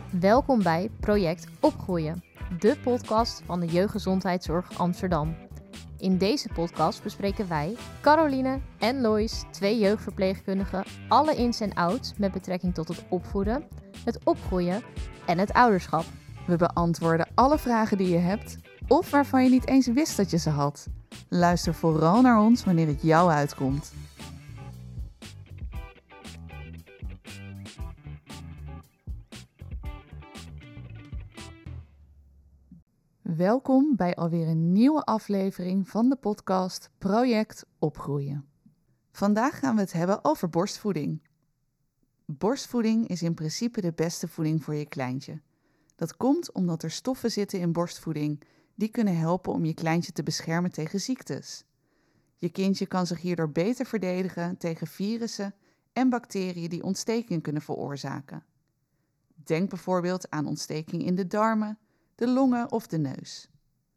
Welkom bij Project Opgroeien, de podcast van de Jeugdgezondheidszorg Amsterdam. In deze podcast bespreken wij, Caroline en Lois, 2 jeugdverpleegkundigen, alle ins en outs met betrekking tot het opvoeden, het opgroeien en het ouderschap. We beantwoorden alle vragen die je hebt of waarvan je niet eens wist dat je ze had. Luister vooral naar ons wanneer het jou uitkomt. Welkom bij alweer een nieuwe aflevering van de podcast Project Opgroeien. Vandaag gaan we het hebben over borstvoeding. Borstvoeding is in principe de beste voeding voor je kleintje. Dat komt omdat er stoffen zitten in borstvoeding die kunnen helpen om je kleintje te beschermen tegen ziektes. Je kindje kan zich hierdoor beter verdedigen tegen virussen en bacteriën die ontsteking kunnen veroorzaken. Denk bijvoorbeeld aan ontsteking in de darmen, de longen of de neus.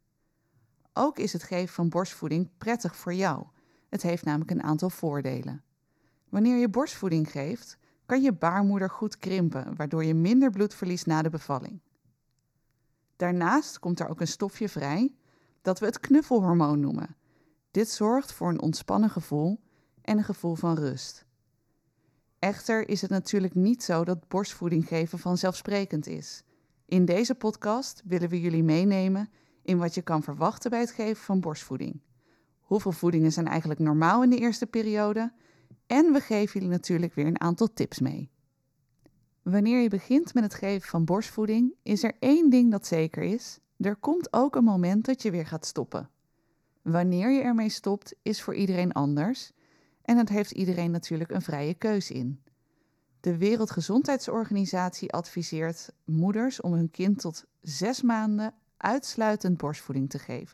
Ook is het geven van borstvoeding prettig voor jou. Het heeft namelijk een aantal voordelen. Wanneer je borstvoeding geeft, kan je baarmoeder goed krimpen, waardoor je minder bloed verliest na de bevalling. Daarnaast komt er ook een stofje vrij dat we het knuffelhormoon noemen. Dit zorgt voor een ontspannen gevoel en een gevoel van rust. Echter is het natuurlijk niet zo dat borstvoeding geven vanzelfsprekend is. In deze podcast willen we jullie meenemen in wat je kan verwachten bij het geven van borstvoeding. Hoeveel voedingen zijn eigenlijk normaal in de eerste periode? En we geven jullie natuurlijk weer een aantal tips mee. Wanneer je begint met het geven van borstvoeding, is er 1 ding dat zeker is. Er komt ook een moment dat je weer gaat stoppen. Wanneer je ermee stopt, is voor iedereen anders. En dat heeft iedereen natuurlijk een vrije keus in. De Wereldgezondheidsorganisatie adviseert moeders om hun kind tot 6 maanden uitsluitend borstvoeding te geven.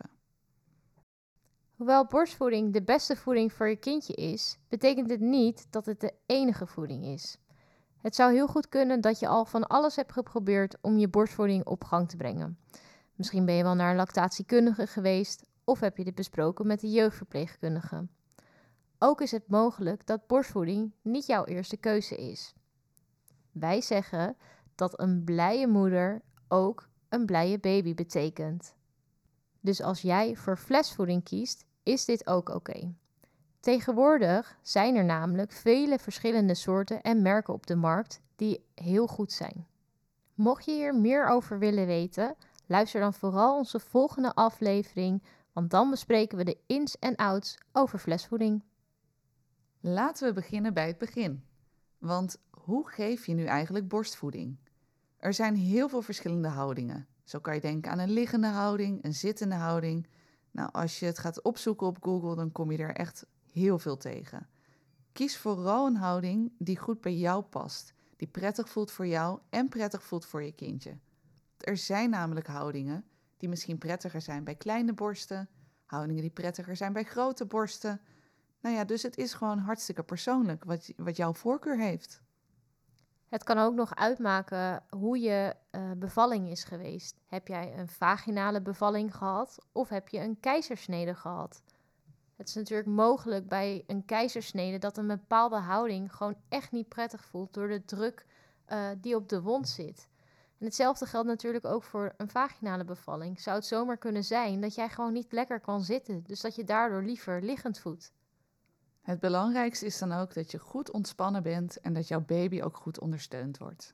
Hoewel borstvoeding de beste voeding voor je kindje is, betekent het niet dat het de enige voeding is. Het zou heel goed kunnen dat je al van alles hebt geprobeerd om je borstvoeding op gang te brengen. Misschien ben je wel naar een lactatiekundige geweest of heb je dit besproken met de jeugdverpleegkundige. Ook is het mogelijk dat borstvoeding niet jouw eerste keuze is. Wij zeggen dat een blije moeder ook een blije baby betekent. Dus als jij voor flesvoeding kiest, is dit ook oké. Tegenwoordig zijn er namelijk vele verschillende soorten en merken op de markt die heel goed zijn. Mocht je hier meer over willen weten, luister dan vooral onze volgende aflevering, want dan bespreken we de ins en outs over flesvoeding. Laten we beginnen bij het begin. Want hoe geef je nu eigenlijk borstvoeding? Er zijn heel veel verschillende houdingen. Zo kan je denken aan een liggende houding, een zittende houding. Nou, als je het gaat opzoeken op Google, dan kom je er echt heel veel tegen. Kies vooral een houding die goed bij jou past, die prettig voelt voor jou en prettig voelt voor je kindje. Er zijn namelijk houdingen die misschien prettiger zijn bij kleine borsten, houdingen die prettiger zijn bij grote borsten. Nou ja, dus het is gewoon hartstikke persoonlijk wat jouw voorkeur heeft. Het kan ook nog uitmaken hoe je bevalling is geweest. Heb jij een vaginale bevalling gehad of heb je een keizersnede gehad? Het is natuurlijk mogelijk bij een keizersnede dat een bepaalde houding gewoon echt niet prettig voelt door de druk die op de wond zit. En hetzelfde geldt natuurlijk ook voor een vaginale bevalling. Zou het zomaar kunnen zijn dat jij gewoon niet lekker kan zitten, dus dat je daardoor liever liggend voedt. Het belangrijkste is dan ook dat je goed ontspannen bent en dat jouw baby ook goed ondersteund wordt.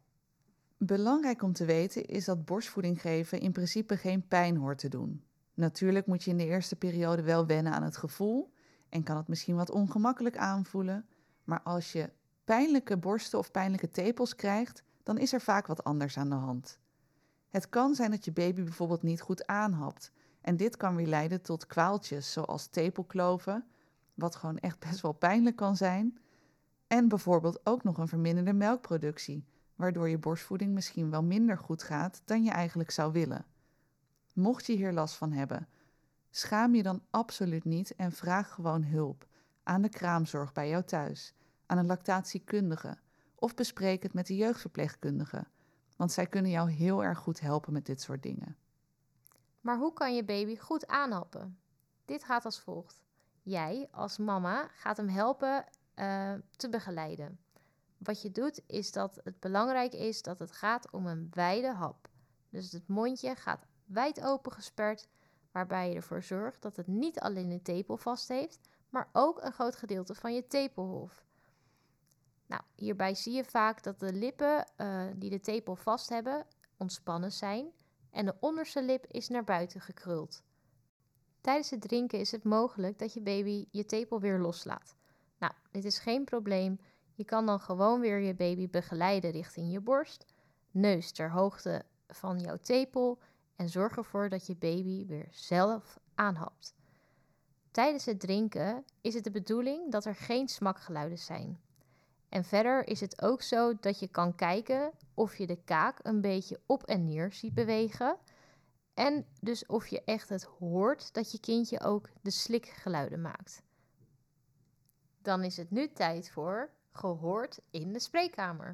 Belangrijk om te weten is dat borstvoeding geven in principe geen pijn hoort te doen. Natuurlijk moet je in de eerste periode wel wennen aan het gevoel en kan het misschien wat ongemakkelijk aanvoelen, maar als je pijnlijke borsten of pijnlijke tepels krijgt, dan is er vaak wat anders aan de hand. Het kan zijn dat je baby bijvoorbeeld niet goed aanhapt en dit kan weer leiden tot kwaaltjes zoals tepelkloven, wat gewoon echt best wel pijnlijk kan zijn. En bijvoorbeeld ook nog een verminderde melkproductie, waardoor je borstvoeding misschien wel minder goed gaat dan je eigenlijk zou willen. Mocht je hier last van hebben, schaam je dan absoluut niet en vraag gewoon hulp aan de kraamzorg bij jou thuis, aan een lactatiekundige of bespreek het met de jeugdverpleegkundige, want zij kunnen jou heel erg goed helpen met dit soort dingen. Maar hoe kan je baby goed aanhappen? Dit gaat als volgt. Jij als mama gaat hem helpen te begeleiden. Wat je doet is dat het belangrijk is dat het gaat om een wijde hap. Dus het mondje gaat wijd open gesperd, waarbij je ervoor zorgt dat het niet alleen de tepel vast heeft, maar ook een groot gedeelte van je tepelhof. Nou, hierbij zie je vaak dat de lippen die de tepel vast hebben ontspannen zijn en de onderste lip is naar buiten gekruld. Tijdens het drinken is het mogelijk dat je baby je tepel weer loslaat. Nou, dit is geen probleem. Je kan dan gewoon weer je baby begeleiden richting je borst, neus ter hoogte van jouw tepel en zorg ervoor dat je baby weer zelf aanhapt. Tijdens het drinken is het de bedoeling dat er geen smakgeluiden zijn. En verder is het ook zo dat je kan kijken of je de kaak een beetje op en neer ziet bewegen. En dus of je echt het hoort dat je kindje ook de slikgeluiden maakt. Dan is het nu tijd voor gehoord in de spreekkamer.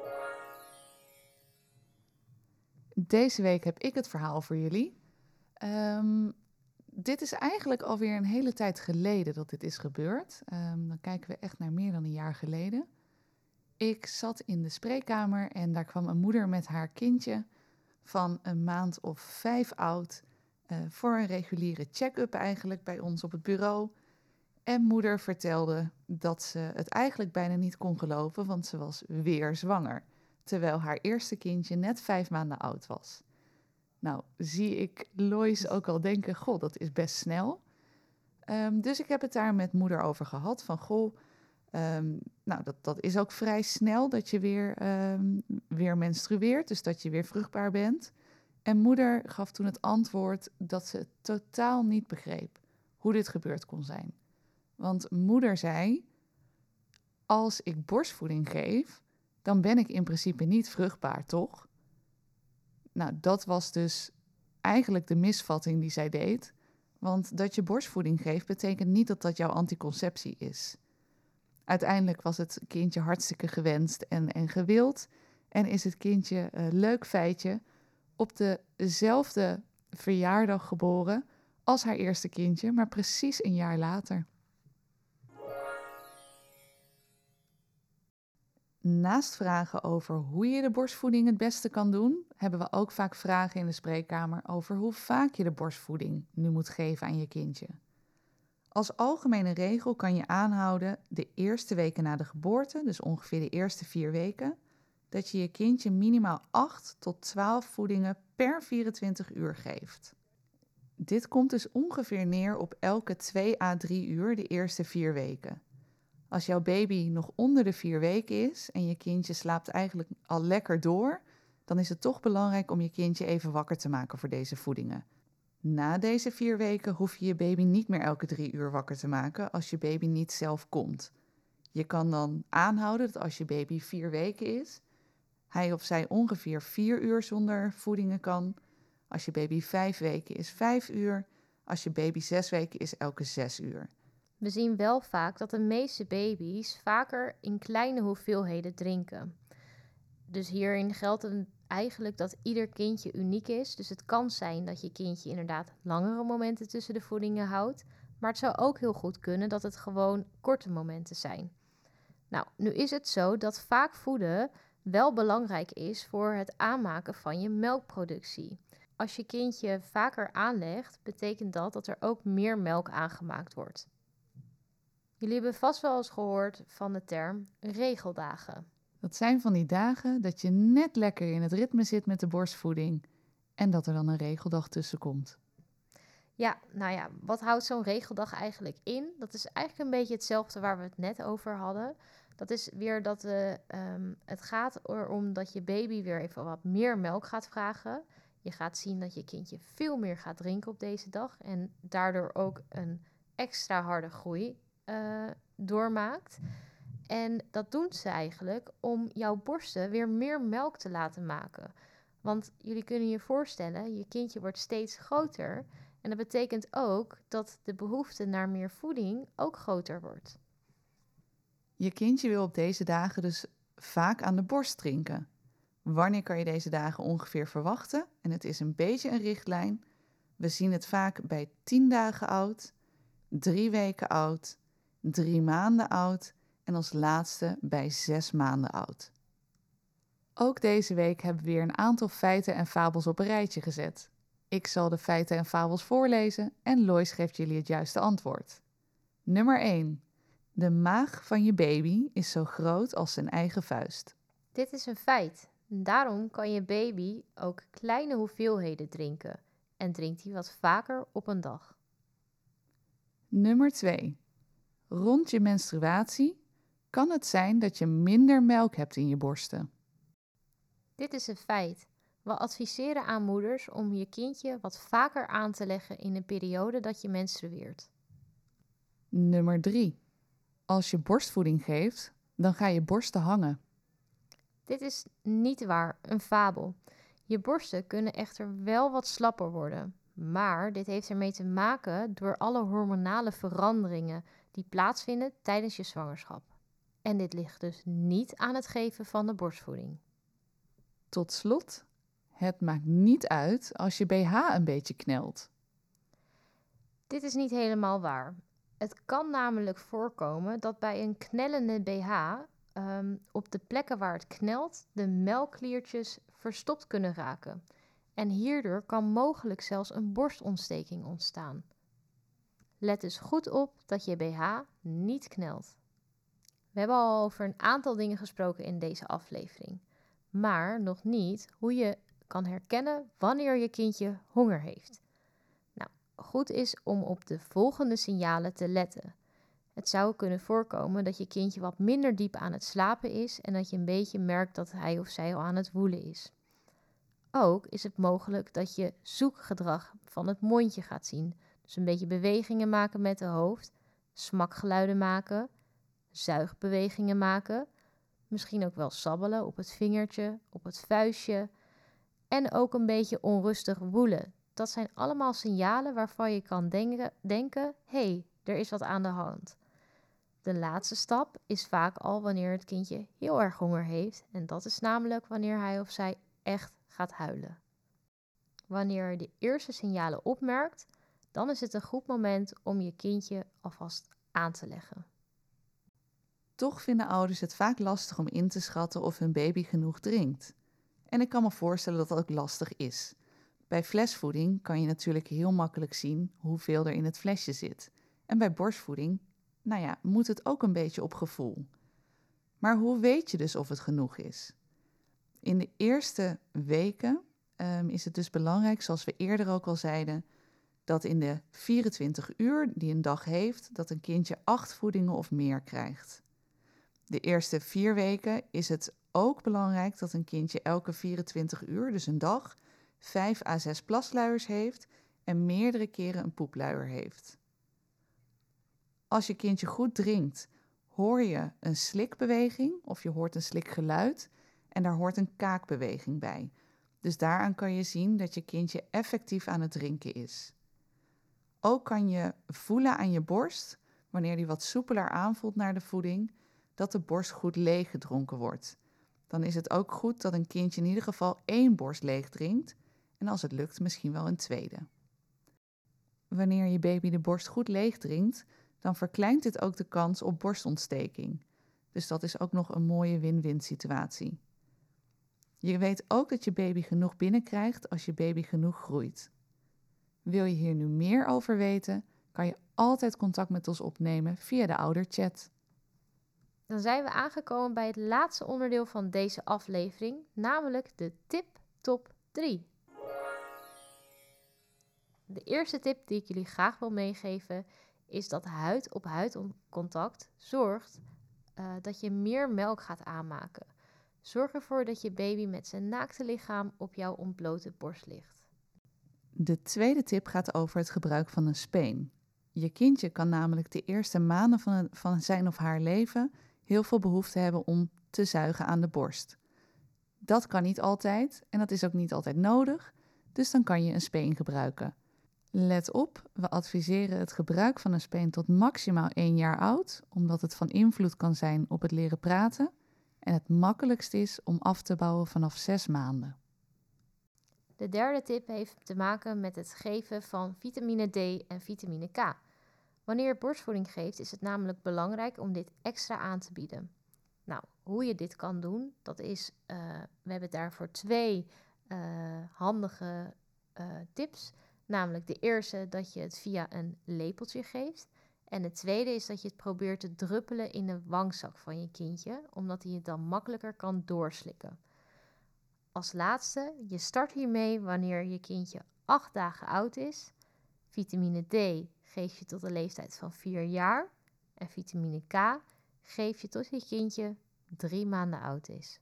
Deze week heb ik het verhaal voor jullie. Dit is eigenlijk alweer een hele tijd geleden dat dit is gebeurd. Dan kijken we echt naar meer dan een jaar geleden. Ik zat in de spreekkamer en daar kwam een moeder met haar kindje van een maand of 5 oud voor een reguliere check-up eigenlijk bij ons op het bureau. En moeder vertelde dat ze het eigenlijk bijna niet kon geloven, want ze was weer zwanger, terwijl haar eerste kindje net 5 maanden oud was. Nou, zie ik Lois ook al denken, goh, dat is best snel. Dus ik heb het daar met moeder over gehad, van goh, nou, dat is ook vrij snel dat je weer menstrueert, dus dat je weer vruchtbaar bent. En moeder gaf toen het antwoord dat ze het totaal niet begreep hoe dit gebeurd kon zijn. Want moeder zei, als ik borstvoeding geef, dan ben ik in principe niet vruchtbaar, toch? Nou, dat was dus eigenlijk de misvatting die zij deed. Want dat je borstvoeding geeft, betekent niet dat dat jouw anticonceptie is. Uiteindelijk was het kindje hartstikke gewenst en gewild. En is het kindje, leuk feitje, op dezelfde verjaardag geboren als haar eerste kindje, maar precies een jaar later. Naast vragen over hoe je de borstvoeding het beste kan doen, hebben we ook vaak vragen in de spreekkamer over hoe vaak je de borstvoeding nu moet geven aan je kindje. Als algemene regel kan je aanhouden de eerste weken na de geboorte, dus ongeveer de eerste 4 weken, dat je je kindje minimaal 8 tot 12 voedingen per 24 uur geeft. Dit komt dus ongeveer neer op elke 2 à 3 uur de eerste 4 weken. Als jouw baby nog onder de 4 weken is en je kindje slaapt eigenlijk al lekker door, dan is het toch belangrijk om je kindje even wakker te maken voor deze voedingen. Na deze 4 weken hoef je je baby niet meer elke 3 uur wakker te maken als je baby niet zelf komt. Je kan dan aanhouden dat als je baby 4 weken is, hij of zij ongeveer 4 uur zonder voedingen kan. Als je baby 5 weken is 5 uur. Als je baby 6 weken is elke 6 uur. We zien wel vaak dat de meeste baby's vaker in kleine hoeveelheden drinken. Dus hierin geldt eigenlijk dat ieder kindje uniek is. Dus het kan zijn dat je kindje inderdaad langere momenten tussen de voedingen houdt. Maar het zou ook heel goed kunnen dat het gewoon korte momenten zijn. Nou, nu is het zo dat vaak voeden wel belangrijk is voor het aanmaken van je melkproductie. Als je kindje vaker aanlegt, betekent dat er ook meer melk aangemaakt wordt. Jullie hebben vast wel eens gehoord van de term regeldagen. Dat zijn van die dagen dat je net lekker in het ritme zit met de borstvoeding en dat er dan een regeldag tussen komt. Ja, nou ja, wat houdt zo'n regeldag eigenlijk in? Dat is eigenlijk een beetje hetzelfde waar we het net over hadden. Dat is weer dat het gaat erom dat je baby weer even wat meer melk gaat vragen. Je gaat zien dat je kindje veel meer gaat drinken op deze dag en daardoor ook een extra harde groei doormaakt. En dat doen ze eigenlijk om jouw borsten weer meer melk te laten maken. Want jullie kunnen je voorstellen, je kindje wordt steeds groter. En dat betekent ook dat de behoefte naar meer voeding ook groter wordt. Je kindje wil op deze dagen dus vaak aan de borst drinken. Wanneer kan je deze dagen ongeveer verwachten? En het is een beetje een richtlijn. We zien het vaak bij 10 dagen oud, 3 weken oud, 3 maanden oud en als laatste bij 6 maanden oud. Ook deze week hebben we weer een aantal feiten en fabels op een rijtje gezet. Ik zal de feiten en fabels voorlezen en Lois geeft jullie het juiste antwoord. Nummer 1. De maag van je baby is zo groot als zijn eigen vuist. Dit is een feit. Daarom kan je baby ook kleine hoeveelheden drinken en drinkt hij wat vaker op een dag. Nummer 2. Rond je menstruatie kan het zijn dat je minder melk hebt in je borsten. Dit is een feit. We adviseren aan moeders om je kindje wat vaker aan te leggen in een periode dat je menstrueert. Nummer 3. Als je borstvoeding geeft, dan gaan je borsten hangen. Dit is niet waar, een fabel. Je borsten kunnen echter wel wat slapper worden. Maar dit heeft ermee te maken door alle hormonale veranderingen die plaatsvinden tijdens je zwangerschap. En dit ligt dus niet aan het geven van de borstvoeding. Tot slot, het maakt niet uit als je BH een beetje knelt. Dit is niet helemaal waar. Het kan namelijk voorkomen dat bij een knellende BH op de plekken waar het knelt de melkkliertjes verstopt kunnen raken. En hierdoor kan mogelijk zelfs een borstontsteking ontstaan. Let dus goed op dat je BH niet knelt. We hebben al over een aantal dingen gesproken in deze aflevering, maar nog niet hoe je kan herkennen wanneer je kindje honger heeft. Nou, goed is om op de volgende signalen te letten. Het zou kunnen voorkomen dat je kindje wat minder diep aan het slapen is en dat je een beetje merkt dat hij of zij al aan het woelen is. Ook is het mogelijk dat je zoekgedrag van het mondje gaat zien. Dus een beetje bewegingen maken met het hoofd, smakgeluiden maken, zuigbewegingen maken, misschien ook wel sabbelen op het vingertje, op het vuistje en ook een beetje onrustig woelen. Dat zijn allemaal signalen waarvan je kan denken, hé, er is wat aan de hand. De laatste stap is vaak al wanneer het kindje heel erg honger heeft en dat is namelijk wanneer hij of zij echt gaat huilen. Wanneer je de eerste signalen opmerkt, dan is het een goed moment om je kindje alvast aan te leggen. Toch vinden ouders het vaak lastig om in te schatten of hun baby genoeg drinkt. En ik kan me voorstellen dat dat ook lastig is. Bij flesvoeding kan je natuurlijk heel makkelijk zien hoeveel er in het flesje zit. En bij borstvoeding, moet het ook een beetje op gevoel. Maar hoe weet je dus of het genoeg is? In de eerste weken is het dus belangrijk, zoals we eerder ook al zeiden, dat in de 24 uur die een dag heeft, dat een kindje 8 voedingen of meer krijgt. De eerste 4 weken is het ook belangrijk dat een kindje elke 24 uur, dus een dag, 5 à 6 plasluiers heeft en meerdere keren een poepluier heeft. Als je kindje goed drinkt, hoor je een slikbeweging of je hoort een slikgeluid en daar hoort een kaakbeweging bij. Dus daaraan kan je zien dat je kindje effectief aan het drinken is. Ook kan je voelen aan je borst, wanneer die wat soepeler aanvoelt naar de voeding, dat de borst goed leeg gedronken wordt. Dan is het ook goed dat een kindje in ieder geval 1 borst leeg drinkt en als het lukt misschien wel een tweede. Wanneer je baby de borst goed leeg drinkt, dan verkleint dit ook de kans op borstontsteking. Dus dat is ook nog een mooie win-win situatie. Je weet ook dat je baby genoeg binnenkrijgt als je baby genoeg groeit. Wil je hier nu meer over weten, kan je altijd contact met ons opnemen via de ouderchat. Dan zijn we aangekomen bij het laatste onderdeel van deze aflevering, namelijk de tip top 3. De eerste tip die ik jullie graag wil meegeven is dat huid-op-huid contact zorgt dat je meer melk gaat aanmaken. Zorg ervoor dat je baby met zijn naakte lichaam op jouw ontblote borst ligt. De tweede tip gaat over het gebruik van een speen. Je kindje kan namelijk de eerste maanden van zijn of haar leven heel veel behoefte hebben om te zuigen aan de borst. Dat kan niet altijd en dat is ook niet altijd nodig, dus dan kan je een speen gebruiken. Let op, we adviseren het gebruik van een speen tot maximaal 1 jaar oud, omdat het van invloed kan zijn op het leren praten en het makkelijkst is om af te bouwen vanaf 6 maanden. De derde tip heeft te maken met het geven van vitamine D en vitamine K. Wanneer je borstvoeding geeft, is het namelijk belangrijk om dit extra aan te bieden. Nou, hoe je dit kan doen, dat is, we hebben daarvoor 2 handige tips. Namelijk de eerste dat je het via een lepeltje geeft. En het tweede is dat je het probeert te druppelen in de wangzak van je kindje, omdat hij het dan makkelijker kan doorslikken. Als laatste, je start hiermee wanneer je kindje 8 dagen oud is. Vitamine D geef je tot de leeftijd van 4 jaar. En vitamine K geef je tot je kindje 3 maanden oud is.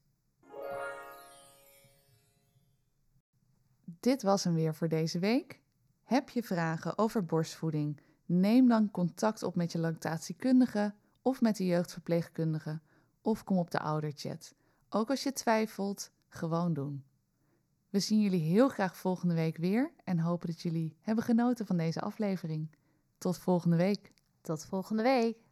Dit was hem weer voor deze week. Heb je vragen over borstvoeding? Neem dan contact op met je lactatiekundige of met de jeugdverpleegkundige of kom op de ouderchat. Ook als je twijfelt, gewoon doen. We zien jullie heel graag volgende week weer en hopen dat jullie hebben genoten van deze aflevering. Tot volgende week. Tot volgende week!